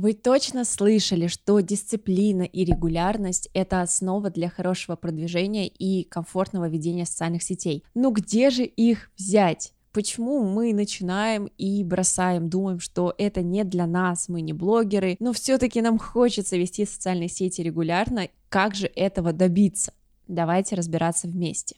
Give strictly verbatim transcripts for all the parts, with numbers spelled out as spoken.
Вы точно слышали, что дисциплина и регулярность — это основа для хорошего продвижения и комфортного ведения социальных сетей. Но где же их взять? Почему мы начинаем и бросаем, думаем, что это не для нас, мы не блогеры, но все-таки нам хочется вести социальные сети регулярно? Как же этого добиться? Давайте разбираться вместе.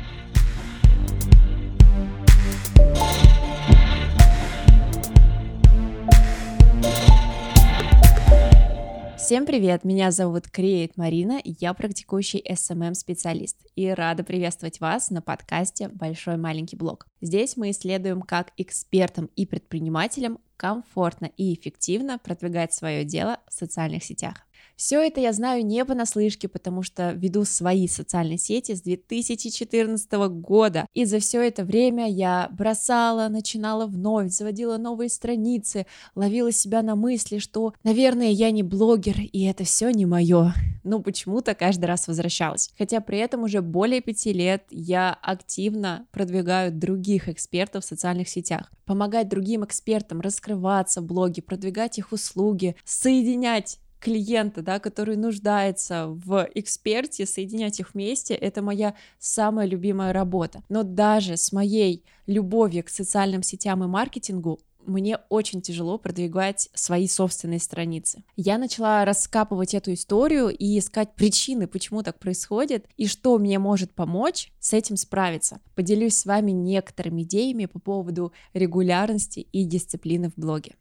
Всем привет, меня зовут Креет Марина, я практикующий эс эм эм-специалист и рада приветствовать вас на подкасте «Большой маленький блог». Здесь мы исследуем, как экспертам и предпринимателям комфортно и эффективно продвигать свое дело в социальных сетях. Все это я знаю не понаслышке, потому что веду свои социальные сети с две тысячи четырнадцатого года, и за все это время я бросала, начинала вновь, заводила новые страницы, ловила себя на мысли, что, наверное, я не блогер, и это все не мое. Но почему-то каждый раз возвращалась. Хотя при этом уже более пяти лет я активно продвигаю других экспертов в социальных сетях, помогать другим экспертам раскрываться в блоге, продвигать их услуги, соединять клиента, да, который нуждается в эксперте, соединять их вместе — это моя самая любимая работа. Но даже с моей любовью к социальным сетям и маркетингу мне очень тяжело продвигать свои собственные страницы. Я начала раскапывать эту историю и искать причины, почему так происходит, и что мне может помочь с этим справиться. Поделюсь с вами некоторыми идеями по поводу регулярности и дисциплины в блоге.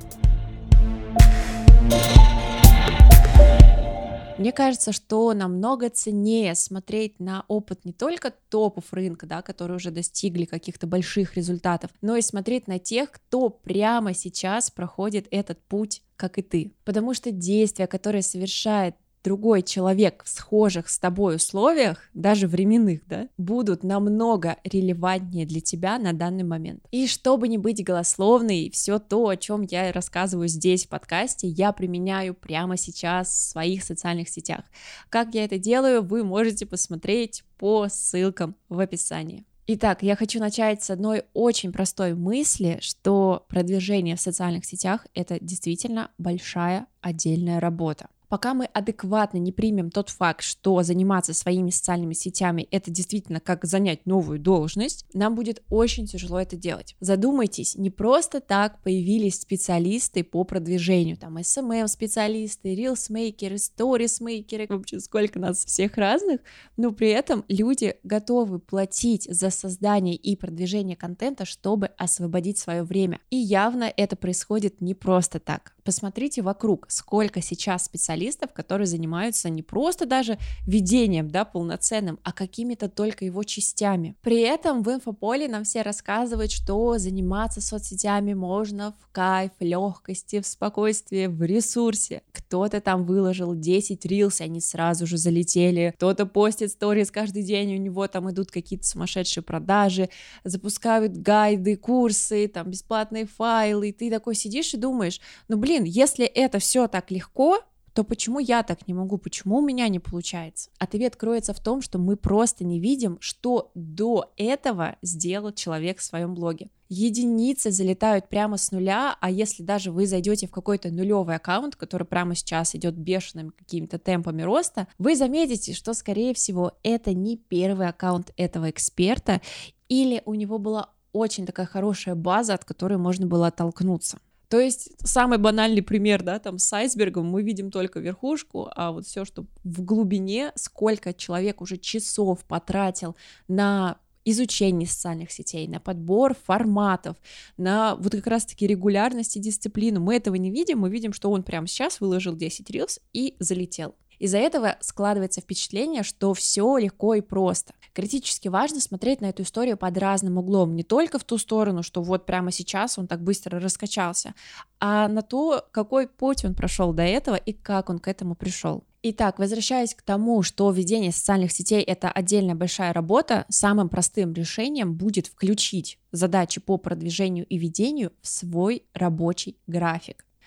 Мне кажется, что намного ценнее смотреть на опыт не только топов рынка, да, которые уже достигли каких-то больших результатов, но и смотреть на тех, кто прямо сейчас проходит этот путь, как и ты. Потому что действия, которые совершает другой человек в схожих с тобой условиях, даже временных, да, будут намного релевантнее для тебя на данный момент. И чтобы не быть голословной, все то, о чем я рассказываю здесь в подкасте, я применяю прямо сейчас в своих социальных сетях. Как я это делаю, вы можете посмотреть по ссылкам в описании. Итак, я хочу начать с одной очень простой мысли, что продвижение в социальных сетях — это действительно большая отдельная работа. Пока мы адекватно не примем тот факт, что заниматься своими социальными сетями — это действительно как занять новую должность, нам будет очень тяжело это делать. Задумайтесь, не просто так появились специалисты по продвижению, там эс эм эм-специалисты, рилсмейкеры, сторисмейкеры, вообще сколько нас всех разных, но при этом люди готовы платить за создание и продвижение контента, чтобы освободить свое время. И явно это происходит не просто так. Посмотрите вокруг, сколько сейчас специалистов, которые занимаются не просто даже ведением, да, полноценным, а какими-то только его частями. При этом в инфополе нам все рассказывают, что заниматься соцсетями можно в кайф, легкости, в спокойствии, в ресурсе. Кто-то там выложил десять рилс, и они сразу же залетели. Кто-то постит сторис каждый день, у него там идут какие-то сумасшедшие продажи, запускают гайды, курсы, там бесплатные файлы, и ты такой сидишь и думаешь, ну блин, Блин, если это все так легко, то почему я так не могу, почему у меня не получается? Ответ кроется в том, что мы просто не видим, что до этого сделал человек в своем блоге. Единицы залетают прямо с нуля, а если даже вы зайдете в какой-то нулевый аккаунт, который прямо сейчас идет бешеными какими-то темпами роста, вы заметите, что, скорее всего, это не первый аккаунт этого эксперта, или у него была очень такая хорошая база, от которой можно было оттолкнуться. То есть самый банальный пример, да, там с айсбергом мы видим только верхушку, а вот все, что в глубине, сколько человек уже часов потратил на изучение социальных сетей, на подбор форматов, на вот как раз-таки регулярность и дисциплину, мы этого не видим, мы видим, что он прямо сейчас выложил десять рилс и залетел. Из-за этого складывается впечатление, что все легко и просто. Критически важно смотреть на эту историю под разным углом, не только в ту сторону, что вот прямо сейчас он так быстро раскачался, а на то, какой путь он прошел до этого и как он к этому пришел. Итак, возвращаясь к тому, что ведение социальных сетей — это отдельная большая работа, самым простым решением будет включить задачи по продвижению и ведению в свой рабочий график.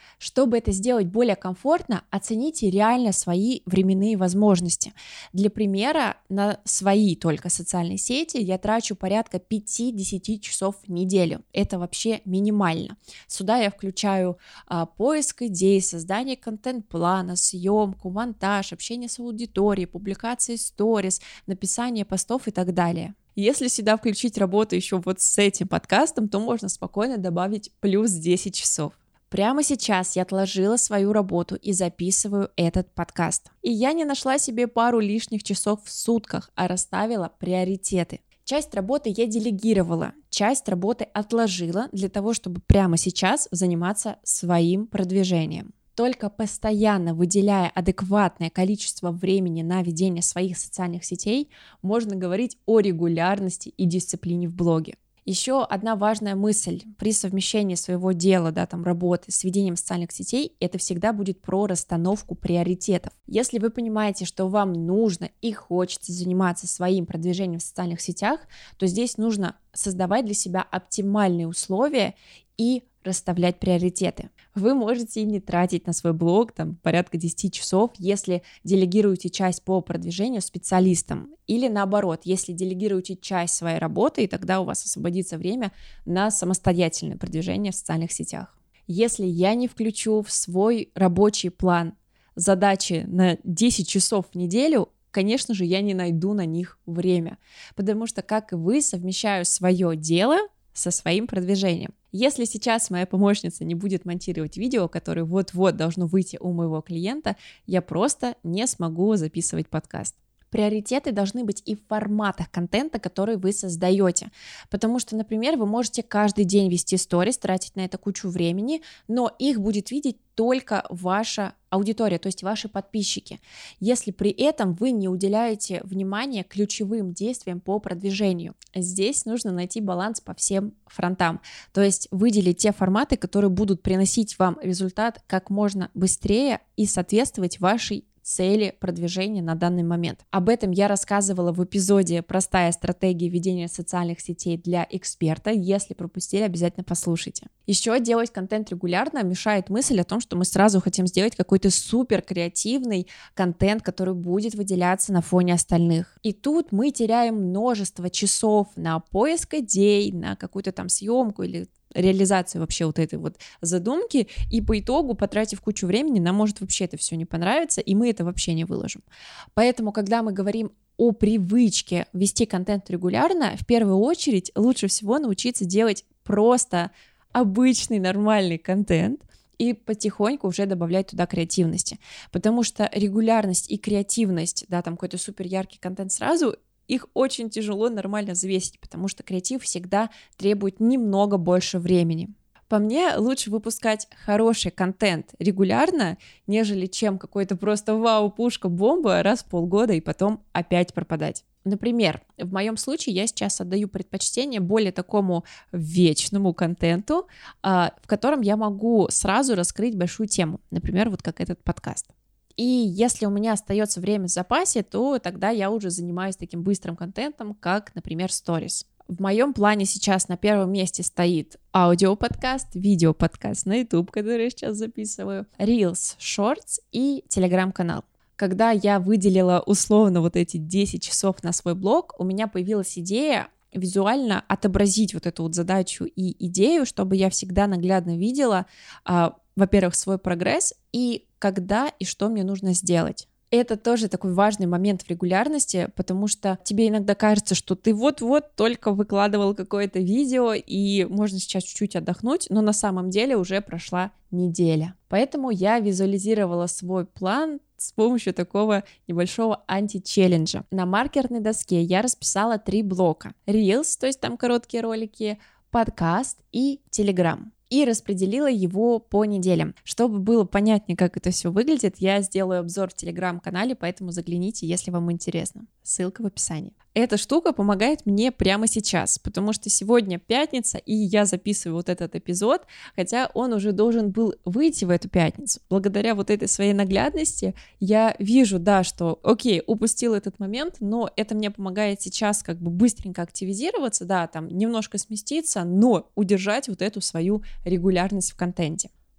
Чтобы это сделать более комфортно, оцените реально свои временные возможности. Для примера, на свои только социальные сети я трачу порядка пять-десять часов в неделю. Это вообще минимально. Сюда я включаю а, поиск идей, создание контент-плана, съемку, монтаж, общение с аудиторией, публикации сторис, написание постов и так далее. Если сюда включить работу еще вот с этим подкастом, то можно спокойно добавить плюс десять часов. Прямо сейчас я отложила свою работу и записываю этот подкаст. И я не нашла себе пару лишних часов в сутках, а расставила приоритеты. Часть работы я делегировала, часть работы отложила для того, чтобы прямо сейчас заниматься своим продвижением. Только постоянно выделяя адекватное количество времени на ведение своих социальных сетей, можно говорить о регулярности и дисциплине в блоге. Еще одна важная мысль при совмещении своего дела, да, там, работы с ведением социальных сетей, это всегда будет про расстановку приоритетов. Если вы понимаете, что вам нужно и хочется заниматься своим продвижением в социальных сетях, то здесь нужно создавать для себя оптимальные условия и расставлять приоритеты. Вы можете и не тратить на свой блог там порядка десять часов, если делегируете часть по продвижению специалистам, или наоборот, если делегируете часть своей работы, и тогда у вас освободится время на самостоятельное продвижение в социальных сетях. Если я не включу в свой рабочий план задачи на десять часов в неделю, конечно же, я не найду на них время, потому что, как и вы, совмещаю свое дело со своим продвижением. Если сейчас моя помощница не будет монтировать видео, которое вот-вот должно выйти у моего клиента, я просто не смогу записывать подкаст. Приоритеты должны быть и в форматах контента, который вы создаете. Потому что, например, вы можете каждый день вести сторис, тратить на это кучу времени, но их будет видеть только ваша аудитория, то есть ваши подписчики. Если при этом вы не уделяете внимания ключевым действиям по продвижению. Здесь нужно найти баланс по всем фронтам. То есть выделить те форматы, которые будут приносить вам результат как можно быстрее и соответствовать вашей цели продвижения на данный момент. Об этом я рассказывала в эпизоде «Простая стратегия ведения социальных сетей для эксперта». Если пропустили, обязательно послушайте. Еще делать контент регулярно мешает мысль о том, что мы сразу хотим сделать какой-то супер креативный контент, который будет выделяться на фоне остальных. И тут мы теряем множество часов на поиск идей, на какую-то там съемку или реализацию вообще вот этой вот задумки, и по итогу, потратив кучу времени, нам может вообще это все не понравиться, и мы это вообще не выложим. Поэтому, когда мы говорим о привычке вести контент регулярно, в первую очередь лучше всего научиться делать просто обычный нормальный контент и потихоньку уже добавлять туда креативности, потому что регулярность и креативность, да, там какой-то супер яркий контент сразу, их очень тяжело нормально взвесить, потому что креатив всегда требует немного больше времени. По мне, лучше выпускать хороший контент регулярно, нежели чем какой-то просто вау-пушка-бомба раз в полгода и потом опять пропадать. Например, в моем случае я сейчас отдаю предпочтение более такому вечному контенту, в котором я могу сразу раскрыть большую тему, например, вот как этот подкаст. И если у меня остается время в запасе, то тогда я уже занимаюсь таким быстрым контентом, как, например, Stories. В моем плане сейчас на первом месте стоит аудиоподкаст, видеоподкаст на YouTube, который я сейчас записываю, Reels, Shorts и Telegram-канал. Когда я выделила условно вот эти десять часов на свой блог, у меня появилась идея визуально отобразить вот эту вот задачу и идею, чтобы я всегда наглядно видела, а, во-первых, свой прогресс и когда и что мне нужно сделать. Это тоже такой важный момент в регулярности, потому что тебе иногда кажется, что ты вот-вот только выкладывал какое-то видео, и можно сейчас чуть-чуть отдохнуть, но на самом деле уже прошла неделя. Поэтому я визуализировала свой план с помощью такого небольшого анти-челленджа. На маркерной доске я расписала три блока. Reels, то есть там короткие ролики, подкаст и Telegram. И распределила его по неделям. Чтобы было понятнее, как это все выглядит, я сделаю обзор в Telegram-канале, поэтому загляните, если вам интересно. Ссылка в описании. Эта штука помогает мне прямо сейчас, потому что сегодня пятница, и я записываю вот этот эпизод, хотя он уже должен был выйти в эту пятницу. Благодаря вот этой своей наглядности я вижу, да, что, окей, упустил этот момент, но это мне помогает сейчас как бы быстренько активизироваться, да, там немножко сместиться, но удержать вот эту свою регулярность в контенте.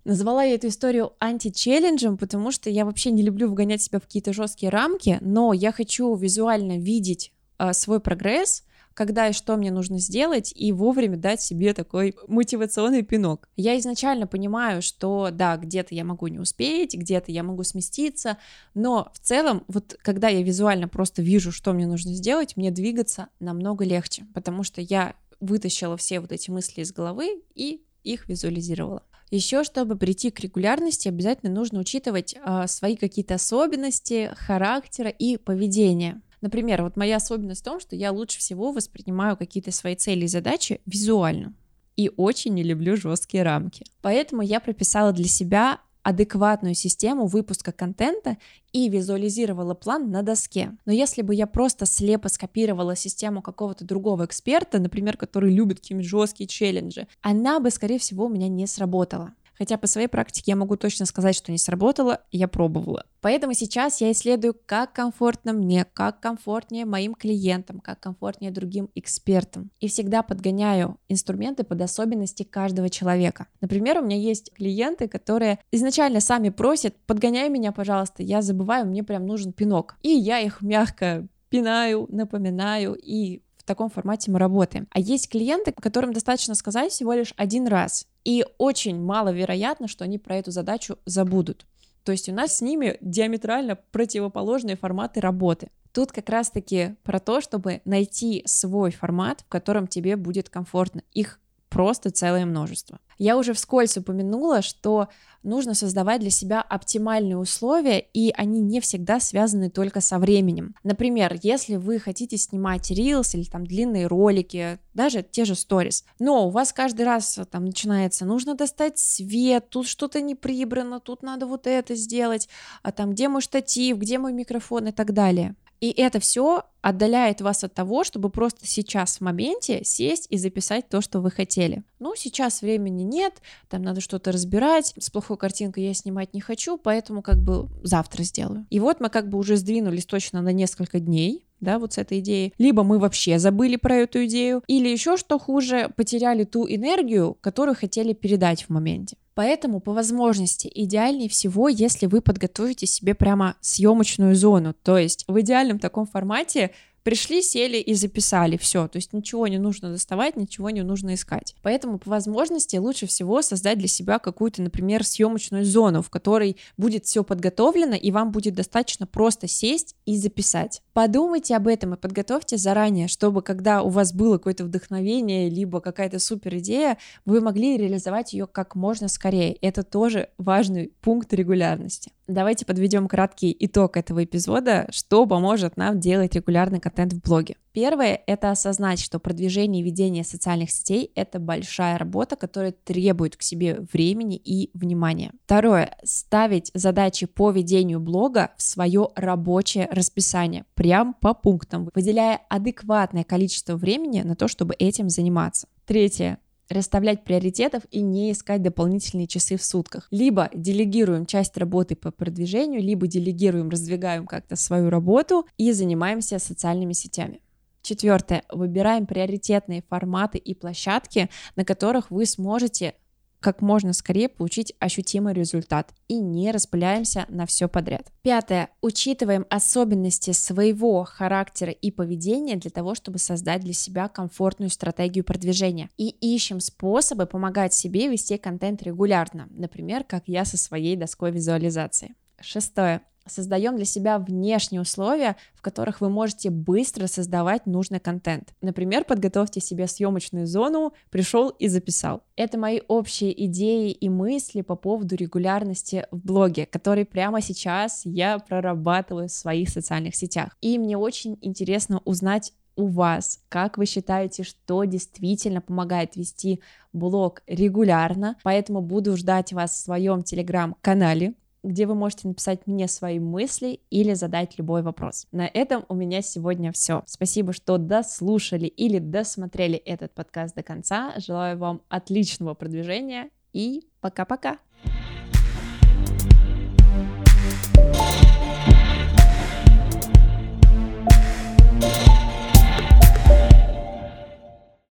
Назвала я эту историю анти-челленджем, потому что я вообще не люблю вгонять себя в какие-то жесткие рамки, но я хочу визуально видеть э, свой прогресс, когда и что мне нужно сделать, и вовремя дать себе такой мотивационный пинок. Я изначально понимаю, что да, где-то я могу не успеть, где-то я могу сместиться, но в целом, вот когда я визуально просто вижу, что мне нужно сделать, мне двигаться намного легче, потому что я вытащила все вот эти мысли из головы и их визуализировала. Еще, чтобы прийти к регулярности, обязательно нужно учитывать э, свои какие-то особенности характера и поведения. Например, вот моя особенность в том, что я лучше всего воспринимаю какие-то свои цели и задачи визуально и очень не люблю жесткие рамки. Поэтому я прописала для себя адекватную систему выпуска контента и визуализировала план на доске. Но если бы я просто слепо скопировала систему какого-то другого эксперта, например, который любит какие-нибудь жесткие челленджи, она бы, скорее всего, у меня не сработала. Хотя по своей практике я могу точно сказать, что не сработало, я пробовала. Поэтому сейчас я исследую, как комфортно мне, как комфортнее моим клиентам, как комфортнее другим экспертам. И всегда подгоняю инструменты под особенности каждого человека. Например, у меня есть клиенты, которые изначально сами просят: подгоняй меня, пожалуйста, я забываю, мне прям нужен пинок. И я их мягко пинаю, напоминаю, и в таком формате мы работаем. А есть клиенты, которым достаточно сказать всего лишь один раз, и очень маловероятно, что они про эту задачу забудут. То есть у нас с ними диаметрально противоположные форматы работы. Тут как раз-таки про то, чтобы найти свой формат, в котором тебе будет комфортно. Их просто целое множество. Я уже вскользь упомянула, что нужно создавать для себя оптимальные условия, и они не всегда связаны только со временем. Например, если вы хотите снимать рилс или там длинные ролики, даже те же сторис, но у вас каждый раз там начинается: нужно достать свет, тут что-то не прибрано, тут надо вот это сделать, а там где мой штатив, где мой микрофон и так далее. И это все отдаляет вас от того, чтобы просто сейчас в моменте сесть и записать то, что вы хотели. Ну, сейчас времени нет, там надо что-то разбирать, с плохой картинкой я снимать не хочу, поэтому как бы завтра сделаю. И вот мы как бы уже сдвинулись точно на несколько дней, да, вот с этой идеей. Либо мы вообще забыли про эту идею, или еще что хуже, потеряли ту энергию, которую хотели передать в моменте. Поэтому по возможности идеальнее всего, если вы подготовите себе прямо съемочную зону, то есть в идеальном таком формате пришли, сели и записали, все, то есть ничего не нужно доставать, ничего не нужно искать. Поэтому по возможности лучше всего создать для себя какую-то, например, съемочную зону, в которой будет все подготовлено, и вам будет достаточно просто сесть и записать. Подумайте об этом и подготовьте заранее, чтобы когда у вас было какое-то вдохновение, либо какая-то супер идея, вы могли реализовать ее как можно скорее. Это тоже важный пункт регулярности. Давайте подведем краткий итог этого эпизода, что поможет нам делать регулярный контент в блоге. Первое — это осознать, что продвижение и ведение социальных сетей — это большая работа, которая требует к себе времени и внимания. Второе — ставить задачи по ведению блога в свое рабочее расписание, прям по пунктам, выделяя адекватное количество времени на то, чтобы этим заниматься. Третье — расставлять приоритетов и не искать дополнительные часы в сутках. Либо делегируем часть работы по продвижению, либо делегируем, раздвигаем как-то свою работу и занимаемся социальными сетями. Четвертое. Выбираем приоритетные форматы и площадки, на которых вы сможете как можно скорее получить ощутимый результат и не распыляемся на все подряд. Пятое. Учитываем особенности своего характера и поведения для того, чтобы создать для себя комфортную стратегию продвижения. И ищем способы помогать себе вести контент регулярно, например, как я со своей доской визуализации. Шестое. Создаем для себя внешние условия, в которых вы можете быстро создавать нужный контент. Например, подготовьте себе съемочную зону, пришел и записал. Это мои общие идеи и мысли по поводу регулярности в блоге, которые прямо сейчас я прорабатываю в своих социальных сетях. И мне очень интересно узнать у вас, как вы считаете, что действительно помогает вести блог регулярно, поэтому буду ждать вас в своем телеграм-канале, где вы можете написать мне свои мысли или задать любой вопрос. На этом у меня сегодня все. Спасибо, что дослушали или досмотрели этот подкаст до конца. Желаю вам отличного продвижения и пока-пока!